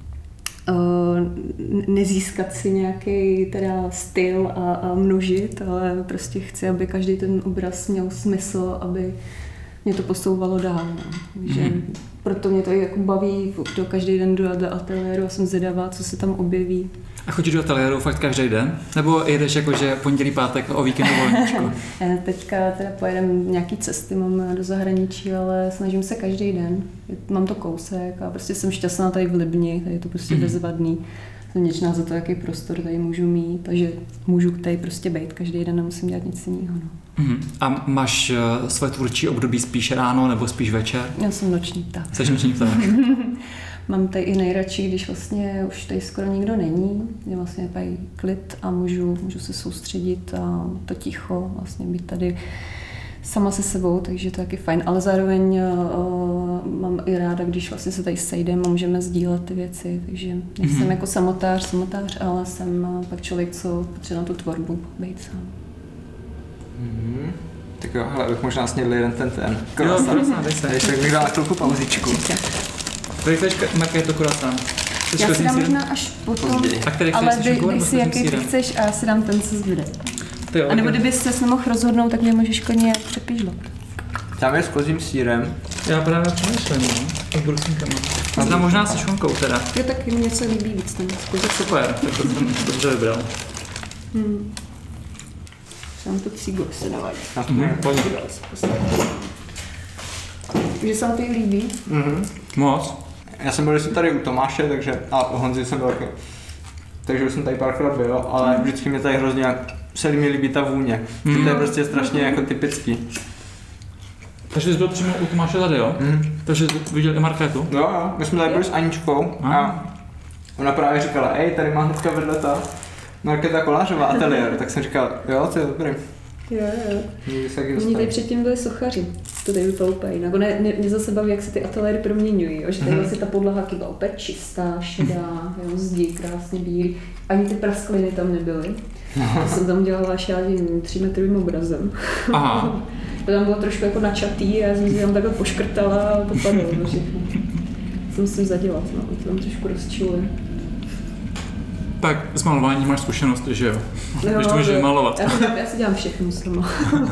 uh, nezískat si nějaký teda styl a, a množit, ale prostě chci, aby každý ten obraz měl smysl, aby mě to posouvalo dál. No. Takže hmm. proto mě to jako baví do každý den do, do ateliéru a jsem zvědavá, co se tam objeví. A chodíš do ateliéru fakt každý den? Nebo jedeš jakože pondělí, pátek o víkendu volničku? Teďka teda pojedem nějaký cesty, mám do zahraničí, ale snažím se každý den. Mám to kousek a prostě jsem šťastná tady v Libni, tady je to prostě mm. bezvadný. Jsem vděčná za to, jaký prostor tady můžu mít, takže můžu tady prostě být každý den, nemusím dělat nic jiného. No. Mm. A máš uh, svoje tvůrčí období spíš ráno nebo spíš večer? Já jsem noční pták. Jsi noční pták. Mám tady i nejradši, když vlastně už tady skoro nikdo není, je vlastně tady klid a můžu, můžu se soustředit a to ticho, vlastně být tady sama se sebou, takže to je taky fajn, ale zároveň uh, mám i ráda, když vlastně se tady sejdeme a můžeme sdílet ty věci, takže nejsem mm-hmm. jako samotář, samotář, ale jsem uh, pak člověk, co potřebuje na tu tvorbu být sám. Mm-hmm. Tak jo, hele, bych možná snědl jeden ten ten. Jo, prosím, dej se. Tak bych dala chvilku pauzičku. Tady chceš, Markéto, kuracán? Já si dám možná až potom, ale dej, dej si, jaký ty chceš a já si dám ten, co zbyde. A nebo kdyby se nemohl rozhodnout, tak mě můžeš klidně přepížlat. Tam je s kozím sýrem. Já právě přemýšlím, no. S brusínkama. A tam možná se šunkou teda. Jo, tak mi něco líbí víc tam s kozí. Super, tak to jsem dobře vybral. Hmm. Sám to cígu se dávají. Mhm, pojď. Takže se vám to líbí? Mhm. Moc. Já jsem byl jsem tady u Tomáše, takže, a u Honzy jsem byl taky. Takže už jsem tady párkrát byl, ale vždycky mě tady hrozně, se mi líbí ta vůně. Mm. To je prostě strašně jako typický. Takže jsi byl přímo u Tomáše tady, jo? Mm. Takže jsi viděl i Markétu? Jo, jo. My jsme tady byli s Aničkou a, a ona právě říkala, ej, tady má hnedka vedle ta Markéta Kolářová ateliér, tak jsem říkal, jo, to je dobrý. Jo, jo. Oni tady předtím byli sochaři, to tady vypadalo úplně jinak. Ne, ne, mě zase baví, jak se ty ateliéry proměňují, že tady vlastně ta podlaha byla opět čistá, šedá, jo, zdi krásně bílý, ani ty praskliny tam nebyly. Já jsem tam dělala šádi třímetrovým obrazem. Aha. To tam bylo trošku jako načatý a já jsem si tam takhle poškrtala a to padlo to všechno. To musím zadělat, no, to tam trošku rozčiluje. Tak s malováním máš zkušenost, že jo? No, Když to můžeš malovat. Já, si, já si dělám všechno sama.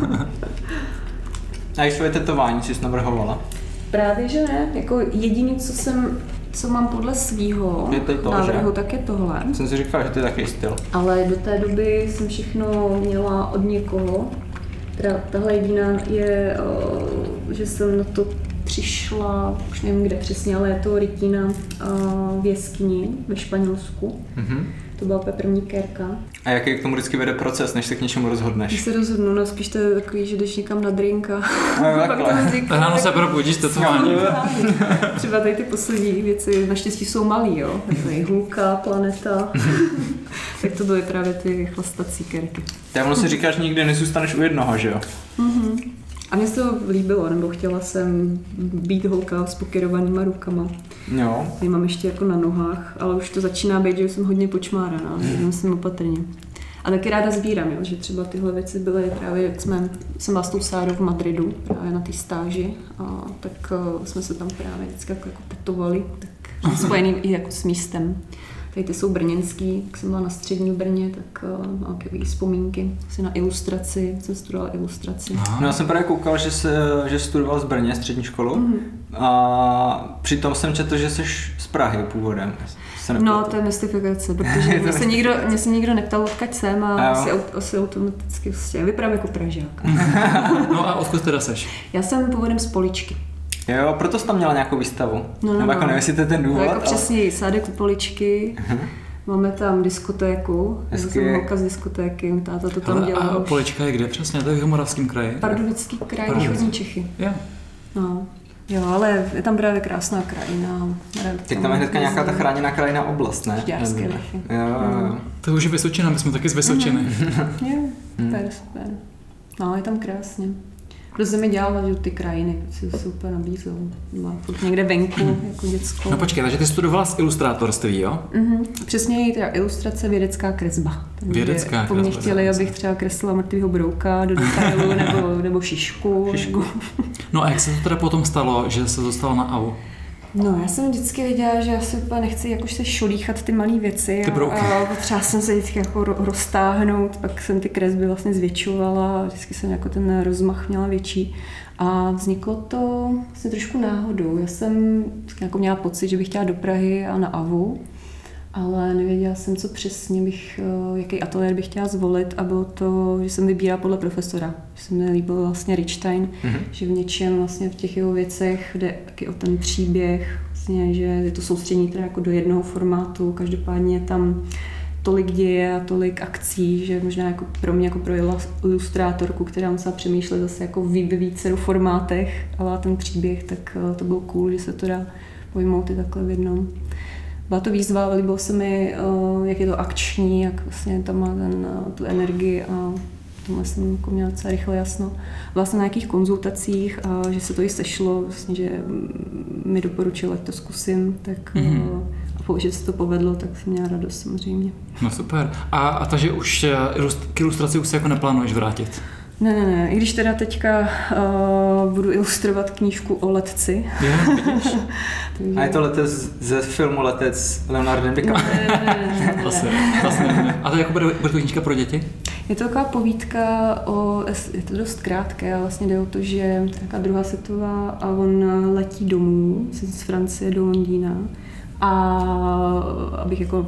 A i svoje tetování jsi navrhovala? Právě, že ne. Jako jediný, co jsem, co mám podle svýho Je to to, návrhu, že? tak je tohle. Jsem si říkala, že to je takový styl. Ale do té doby jsem všechno měla od někoho. Teda tahle jediná je, uh, že jsem na to přišla, už nevím kde přesně, ale je to rytina uh, v jeskyni ve Španělsku. Mm-hmm. To byla úplně první kérka. A jaký k tomu vždycky vede proces, než se k něčemu Když rozhodneš? se rozhodnu, no spíš to je takový, že jdeš někam na drink a No, pak to vzniká. Tak ráno se probudíš tetování. Třeba tady ty poslední věci naštěstí jsou malý, jo. Tady hůlka, planeta. Tak to byly právě ty chlastací kérky. Tak ono si říkáš, že nikdy nezůstaneš u jednoho, že jo? Mm-hmm. A mně se to líbilo, nebo chtěla jsem být holka s pokyrovanýma rukama. Jo. Je mám ještě jako na nohách, ale už to začíná být, že jsem hodně počmáraná, jenom jsem opatrně. A taky ráda sbírám, jo, že třeba tyhle věci byly právě, jak jsme, jsem byla s tou Sárou v Madridu, právě na té stáži, a tak uh, jsme se tam právě vždycky jako, jako tetovali, tak jsme spojený i jako s místem. Tady ty jsou brněnský, jak jsem byla na střední Brně, tak uh, mám takové vzpomínky asi na ilustraci, jsem studovala ilustraci. No já jsem právě koukal, že, se, že studoval z Brně střední školu Mm-hmm. a přitom jsem četl, že jsi z Prahy původem. No, to je mystifikace, protože mě se, nikdo, mě se nikdo neptal, odkud jsem a asi, asi automaticky vlastně vypadám jako Pražák. No a odkud teda seš? Já jsem původem z Poličky. Jo, proto jsi tam měla nějakou výstavu. No, no, Nebo jako no. nevím, jestli to je ten důvod. No, jako ale... přesně, sádek u Poličky. Uh-huh. Máme tam diskotéku, já jsem holka z diskotéky, táta to tam Hele, dělal. a Polička je kde přesně? To je v Jihomoravském kraji? Pardubický kraj, Pardubický. východní Čechy. Jo. No. Jo, ale je tam právě krásná krajina. Teď tam je hnedka nějaká ta chráněná krajina oblast, ne? Žďárské vrchy. Jo, jo, jo. To už je Vysočina, my jsme taky z Vysočiny. Jo, super, super. No, je tam krásně. Protože mi dělala, že ty krajiny si se úplně nabízou. Byla furt někde venku, jako dětskou. No počkej, takže ty studovala z ilustrátorství, jo? Mhm. Přesně teda ilustrace, vědecká kresba. Takže Vědecká po mně kresba, chtěli, tak. abych třeba kreslila mrtvýho brouka do detailu, nebo, nebo šišku. Šišku. No a jak se to teda potom stalo, že se dostala na A U? No, já jsem vždycky věděla, že já si úplně nechci jakož se šolíchat ty malé věci Ty a, brouky. a potřeba jsem se vždycky jako ro- roztáhnout, pak jsem ty kresby vlastně zvětšovala, vždycky jsem jako ten rozmach měla větší a vzniklo to vlastně trošku náhodou. Já jsem jako měla pocit, že bych chtěla do Prahy a na A V U, ale nevěděla jsem, co přesně bych, jaký ateliér bych chtěla zvolit a bylo to, že jsem vybírala podle profesora. Že se mi líbil vlastně Richstein, mm-hmm. že v něčem vlastně v těch jeho věcech jde taky o ten příběh, vlastně, že je to soustředění teda jako do jednoho formátu, každopádně je tam tolik děje a tolik akcí, že možná jako pro mě jako pro ilustrátorku, která musela přemýšlet zase jako v více formátech, ale ten příběh, tak to bylo cool, že se to dá pojmout i takhle v jednom. Byla to výzva, ale líbilo se mi, jak je to akční, jak vlastně tam má ten, tu energii a tomhle jsem jako měla docela rychle jasno. Byla jsem na nějakých konzultacích a že se to i sešlo, vlastně, že mi doporučil, ať to zkusím, tak mm-hmm. a že se to povedlo, tak jsem měla radost samozřejmě. No super. A, a takže už k ilustraci už se jako neplánuješ vrátit? Ne, ne, ne. I když teda teďka uh, budu ilustrovat knížku o letci. Je, vidíš? A je to letec ze filmu Letec s Leonardem DiCaprio? Ne, ne, ne, ne, ne. Vlastně, vlastně ne. A to jako bude, bude to knížka pro děti? Je to taková povídka, o, je to dost krátké, ale vlastně jde o to, že je taková druhá světová a on letí domů z Francie do Londýna a abych jako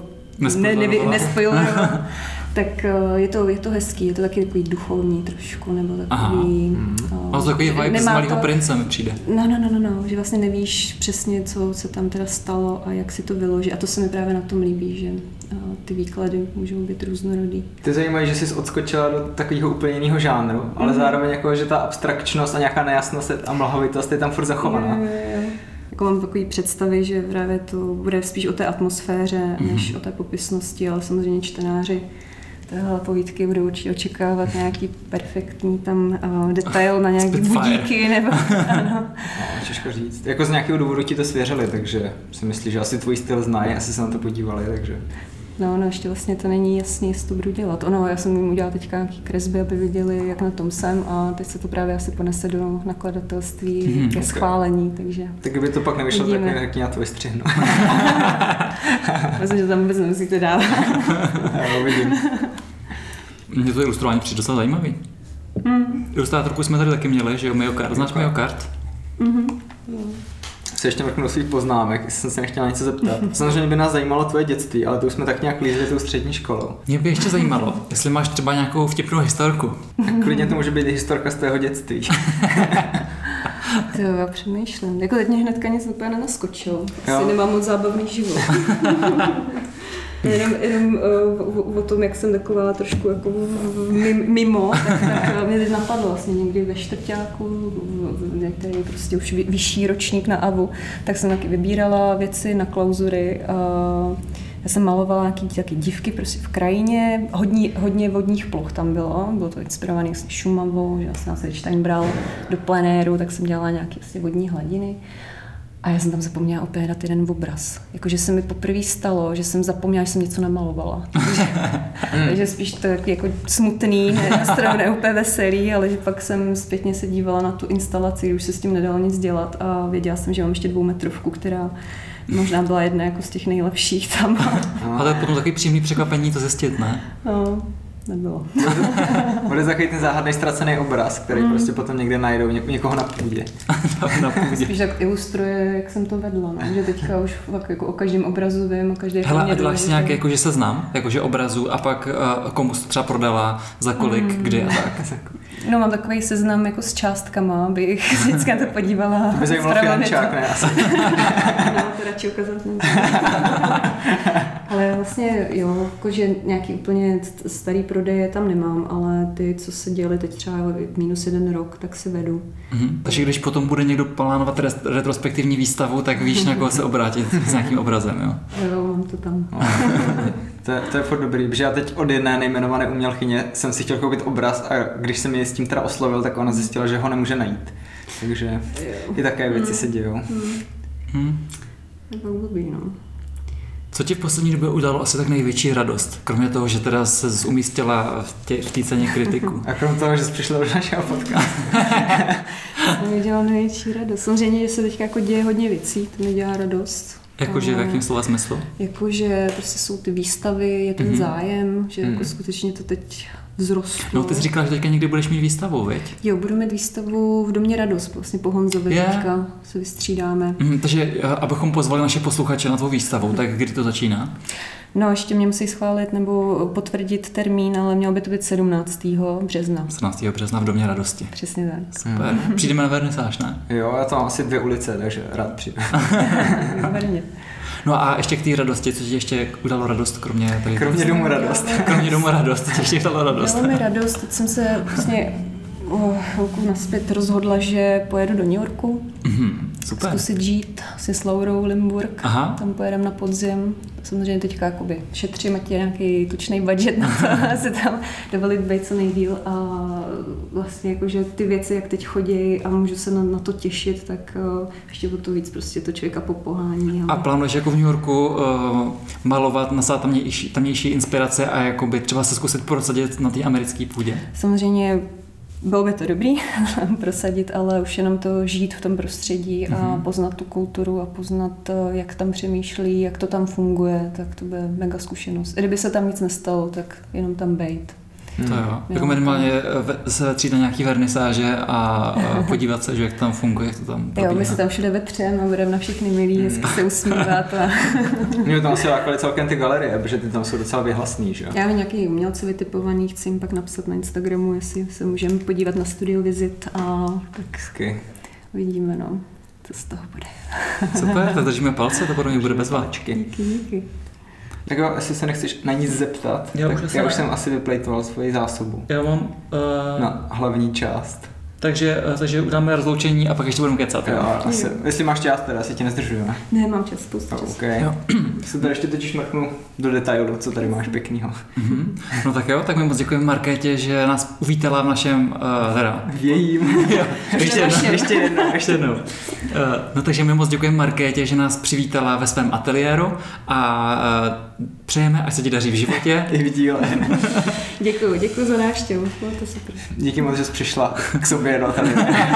nespoilerovala, tak je to, je to hezký, je to taky takový duchovní trošku, nebo takový... Aha. A to takový vibe z Malého prince mi přijde. No, no, no, no, no, že vlastně nevíš přesně, co se tam teda stalo a jak si to vyloží. A to se mi právě na tom líbí, že ty výklady můžou být různorodý. Ty zajímavé, že jsi odskočila do takového úplně jiného žánru, ale mm-hmm. zároveň jako, že ta abstraktčnost a nějaká nejasnost a mlhavitost je tam furt zachovaná. Jo, jo, jo. Jako mám takový představy, že právě to bude spíš o té atmosféře, mm-hmm. než o té popisnosti, ale samozřejmě čtenáři téhle povídky budou určitě očekávat nějaký perfektní tam uh, detail na nějaký budíky nebo ano. No, těžko říct. Jako z nějakého důvodu ti to svěřili, takže si myslím, že asi tvůj styl znají, asi se na to podívali, takže... No, no, ještě vlastně to není jasný, jestli to budu dělat. Ono, já jsem jim udělala teďka nějaký kresby, aby viděli, jak na tom jsem a teď se to právě asi ponese do nakladatelství mm, ke schválení, takže... Tak by to pak nevyšlo tak, jak já to vystřihnu. Myslím, že tam vůbec nemusíte dávat. Já vidím. Mně to ilustrování přijde docela zajímavý. Mm. Ilustrátorku jsme tady taky měli, že jo, Myokart. Znáš Myokart? Mhm. Se ještě mrknu do svých poznámek, jestli jsem se nechtěla něco zeptat. Samozřejmě by nás zajímalo tvoje dětství, ale to už jsme tak nějak lízli tou střední školou. Mě by ještě zajímalo, jestli máš třeba nějakou vtipnou historku. Klidně to může být i historka z tvého dětství. To já přemýšlím. Jako teď mě hnedka nic úplně nenaskočilo. Asi nemám moc zábavný život. Jenom, jenom uh, o, o tom, jak jsem taková trošku jako mimo, tak, tak mě teď napadlo vlastně někdy ve čtvrťáku, některý prostě už vyšší ročník na A V U, tak jsem taky vybírala věci na klauzury. Uh, já jsem malovala nějaký taky divky prostě v krajině, hodně, hodně vodních ploch tam bylo, bylo to inspirované vlastně Šumavou, že vlastně se Stein bral do plenéru, tak jsem dělala nějaké vlastně vodní hladiny. A já jsem tam zapomněla opět dát jeden obraz. Jakože se mi poprvé stalo, že jsem zapomněla, že jsem něco namalovala. Takže, takže spíš to jako smutný, ne, ne úplně veselý, ale že pak jsem zpětně se dívala na tu instalaci, už se s tím nedalo nic dělat a věděla jsem, že mám ještě dvoumetrovku, která možná byla jedna jako z těch nejlepších tam. A to je potom takový příjemný překvapení to zjistit, ne? No. Nebylo. Bude takový ten záhadný ztracený obraz, který mm. prostě potom někde najdou ně, někoho na půdě. na půdě. Spíš tak ilustruje, jak jsem to vedla, no? Že teďka už tak jako o každém obrazu vím, o každé Hele, a děláš si nějak, jako, že se znám, jakože obrazu a pak uh, komu jsi třeba prodala, za kolik, mm. kdy a tak. No mám takový seznam jako s částkama, abych vždycky na to podívala. To by zajímalo finančák, ne? Asi. No, to radši ukázat Ale vlastně jo, jakože nějaký úplně starý prodeje tam nemám, ale ty, co se děly teď třeba minus jeden rok, tak si vedu. Mm-hmm. Takže když potom bude někdo plánovat retrospektivní výstavu, tak víš, na koho se obrátit s nějakým obrazem, jo? Jo, mám to tam. No. To, to je furt dobrý, protože já teď od jedné nejmenované umělkyně jsem si chtěl koupit obraz a když jsem ji s tím teda oslovil, tak ona zjistila, že ho nemůže najít. Takže jo. I také věci mm. se dějou. Mm. Mm. Je to blbý, no. Co ti v poslední době udělalo asi tak největší radost? Kromě toho, že teda se umístila v té v ceně kritiku. A kromě toho, že jsi přišla do našeho podcastu. To mi dělá největší radost. Samozřejmě, že se teďka jako děje hodně věcí, to mi dělá radost. Jakože v jakém slova smyslu? Jakože prostě jsou ty výstavy, je ten mm-hmm. zájem, že mm-hmm. jako skutečně to teď vzrostlo. No ty jsi říkala, že teďka někdy budeš mít výstavu, viď? Jo, budu mít výstavu v Domě Radost, vlastně po Honzovi yeah. teďka se vystřídáme. Mm, takže abychom pozvali naše posluchače na tvou výstavu, mm. tak kdy to začíná? No, ještě mě musí schválit nebo potvrdit termín, ale mělo by to být sedmnáctého března. sedmnáctého března v Domě Radosti. Přesně tak. Super. Mm. Přijdeme na vernisáž, ne? Jo, já tam mám asi dvě ulice, takže rád přijdu. Výborně. No a ještě k té radosti, co ti ještě udalo radost, kromě tady... Kromě Domu Radost. Kromě Domu Radost, co ti ještě udalo radost? Dalo mi radost, teď jsem se vlastně chvilku naspět rozhodla, že pojedu do New Yorku. Mm-hmm, super. Zkusit žít si s Laurou Limburg. Aha. Tam pojedeme na podzim. Samozřejmě teďka jakoby šetřím, ať je nějaký tučný budget na to, se tam dovolit být co nejdýl a vlastně jakože ty věci, jak teď chodí a můžu se na, na to těšit, tak uh, ještě o to víc prostě to člověka popohání. A plánuješ jako v New Yorku uh, malovat, nasát tamnější, tamnější inspirace a jakoby třeba se zkusit prosadit na té americké půdě? Samozřejmě bylo by to dobrý prosadit, ale už jenom to žít v tom prostředí a mm-hmm. poznat tu kulturu a poznat, jak tam přemýšlí, jak to tam funguje, tak to bude mega zkušenost. I kdyby se tam nic nestalo, tak jenom tam bejt. To jo, jako minimálně se vetřít na nějaký vernisáže a podívat se, že jak to tam funguje, jak to tam probíhá. Jo, my se tam všude vetřeme a budeme na všechny milí, hezky se usmívat. A... Mě tam asi lákaly celkem ty galerie, protože ty tam jsou docela vyhlasný, že jo? Já mám nějaký umělce vytipovaný, chci jim pak napsat na Instagramu, jestli se můžeme podívat na studio Visit a tak okay. Vidíme, no, co z toho bude. Super, tak držíme palce, to podle mě bude bez váčky. Díky, díky. Tak jo, jestli se nechceš na nic zeptat, já tak už já už jsem asi vyplejtoval svoji zásobu. Já mám... Uh... Na hlavní část. Takže, takže udáme rozloučení a pak ještě budeme kecat. Jo, asi. Jestli máš čas, teda asi tě nezdržujeme. Ne, mám čas, spoustu času. Okay. Se tady ještě totiž mrknu do detailu, co tady máš pěknýho. Mm-hmm. No tak jo, tak my moc děkujeme Markétě, že nás uvítala v našem, uh, teda... V jejím. Jo, ještě jednou. Ještě jednou. Ještě jednou. Uh, no takže my moc děkujeme Markétě, že nás přivítala ve svém ateliéru a uh, přejeme, ať se ti daří v životě. I v díle. Děkuju, děkuju za návštěvu, bylo to super. Díky moc, že jsi přišla k sobě do tady.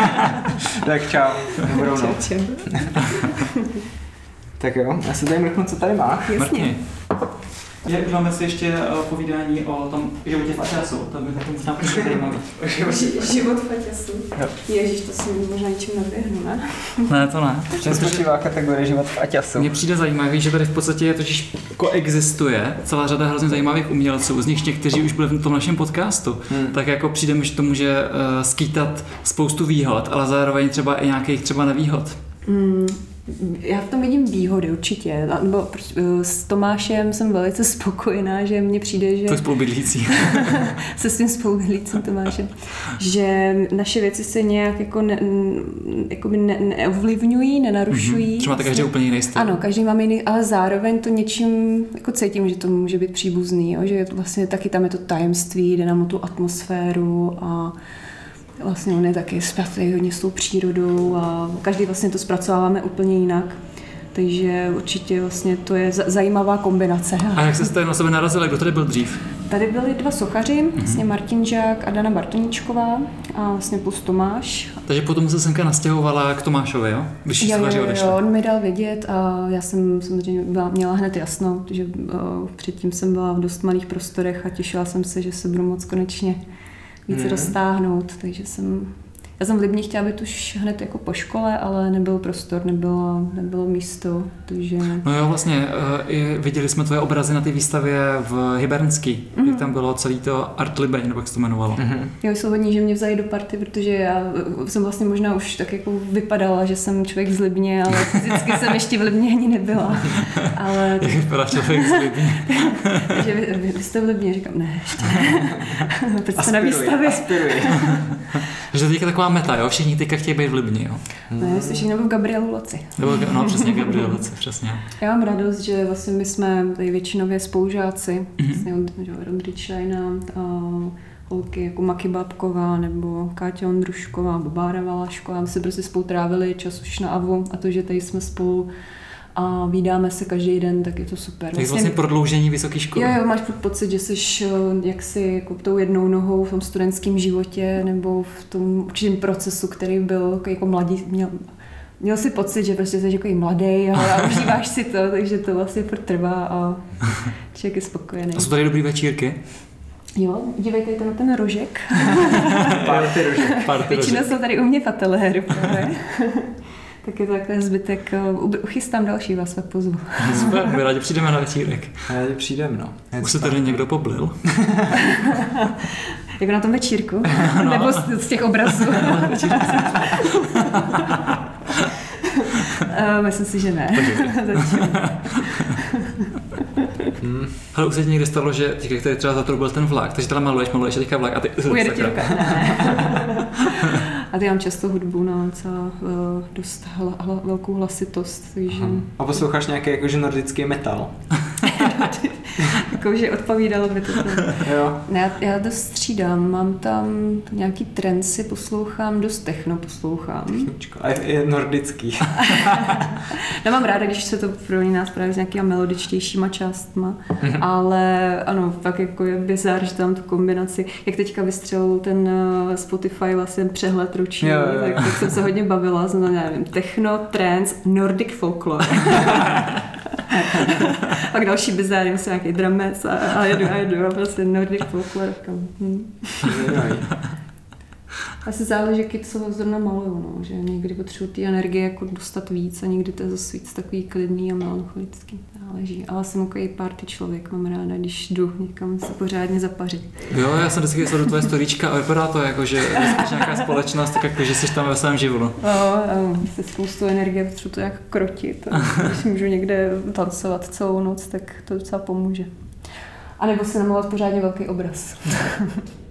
Tak čau, dobrou noc. Čau, čau. Tak jo, já se tady mrknu, co tady má. Jasně. Je, už máme si ještě uh, povídání o tom životě v Aťasu. To by taky možná bylo zajímavý. Ži- Život v Aťasu. Ježíš, to si možná něčím naběhnu, ne? Ne, to ne. V čem spočívá kategorie život v Aťasu? Mně přijde zajímavý, že tady v podstatě totiž koexistuje celá řada hrozně zajímavých umělců, z nich někteří už byli v tom našem podcastu. Hmm. Tak jako přijde mi, že to může uh, skýtat spoustu výhod, ale zároveň třeba i nějakých třeba nevýhod. Mm. Já v tom vidím výhody určitě. Nebo s Tomášem jsem velice spokojená, že mně přijde, že... To je spolubydlící. se svým spolubydlícím Tomášem. Že naše věci se nějak jako ne, jakoby ne, neovlivňují, nenarušují. Mm-hmm. Třeba tak každý úplně jiný styl. Ano, každý máme jiný, ale zároveň to něčím jako cítím, že to může být příbuzný. Jo? Že vlastně taky tam je to tajemství, jde nám o tu atmosféru a vlastně on je taky spjatý hodně s tou přírodou a každý vlastně to zpracováváme úplně jinak. Takže určitě vlastně to je zajímavá kombinace. A jak se jste na sebe narazili? Kdo tady byl dřív? Tady byli dva sochaři, mm-hmm. vlastně Martin Žák a Dana Bartoníčková a vlastně plus Tomáš. Takže potom se semka nastěhovala k Tomášovi, jo? Když jo, sochaři odešli. Jo, on mi dal vědět a já jsem samozřejmě byla, měla hned jasno, že uh, předtím jsem byla v dost malých prostorech a těšila jsem se, že se budu moc konečně více mm. roztáhnout, takže jsem... Já jsem v Libni chtěla být už hned jako po škole, ale nebyl prostor, nebylo, nebylo místo, takže... No jo, vlastně uh, viděli jsme tvoje obrazy na té výstavě v Hybernský, mm-hmm. jak tam bylo celý to Art Libeň, nebo jak se to jmenovalo. Mm-hmm. Jo, jsou hodní, že mě vzali do party, protože já jsem vlastně možná už tak jako vypadala, že jsem člověk z Libně, ale fyzicky jsem ještě v Libně ani nebyla. Ale... Jak vypadá člověk z Libně? Takže vy, vy, vy jste v Libně, říkám, ne, ještě ne. Teď jste na výstavě. Aspiruji. Že teďka taková meta, jo? Všichni teďka chtějí být v Libni, jo? Ne, jsi všichni nebo v Gabrielu Laci. Nebo, no přesně, Gabrielu Laci, přesně. Já mám radost, že vlastně my jsme tady většinově spolužáci, mm-hmm. vlastně od Ondřičajna, holky jako Maky Bábková nebo Káťa Ondrušková, Bára Valašková, my se prostě spolu trávili čas už na AVU a to, že tady jsme spolu a vídáme se každý den, tak je to super. Tak vlastně prodloužení vysoké školy. Jo, jo, máš pocit, že jsi jaksi jako tou jednou nohou v tom studentském životě nebo v tom určitém procesu, který byl jako mladý, měl, měl si pocit, že prostě jsi jako mladý a, a užíváš si to, takže to vlastně furt trvá a člověk je spokojený. A jsou tady dobrý večírky? Jo, dívejte na ten rožek. Party rožek. Party Většinou rožek. jsou tady u mě v ateliéru. Tak je to takhle zbytek. Uchystám další, vás pak pozvu. Super, my rádi přijdeme na večírek. Rádi přijdem, no. Už se tady někdo poblil? Jako na tom večírku? No. Nebo z, z těch obrazů? uh, myslím si, že ne. Hmm. Ale už se ti někdy stalo, že ti, který třeba zatroubil ten vlak, takže teda maluješ, maluješ a teďka vlak a ty... Ujede ti ruka. A ty mám často hudbu na docela dost hla, hla, velkou hlasitost, takže... Aha. A posloucháš nějaký jakože nordický metal? Jakože odpovídalo by to. Jo. Ne, já, já dost střídám, mám tam nějaký trendsy, poslouchám, dost techno poslouchám. A je, je nordický. Nemám ráda, když se to prolíná právě s nějakýma melodičtějšíma částma, ale ano, tak jako je bizár, že tam tu kombinaci, jak teďka vystřelil ten Spotify vlastně přehled roční, jo, jo. Tak, tak jsem se hodně bavila, jsem nevím, techno, trance, nordic folklore. Pak další bizáry, myslím nějaký drames a, a jedu a jedu a prostě nordic folklore. Hm. Asi záleží, co zrovna maluju, no, že někdy potřebuji ty energie jako dostat víc a někdy to je zase víc takový klidný a melancholický. Záleží. Ale jsem takový party člověk, mám ráda, když jdu někam se pořádně zapařit. Jo, já jsem vždycky sleduju tvoje storíčka a vypadá to jako, že jsi nějaká společnost, tak jako, že jsi tam ve svém živlu. No, se spoustu energie potřebuji to nějak krotit. A když můžu někde tancovat celou noc, tak to docela pomůže. A nebo se namalovat pořádně velký obraz.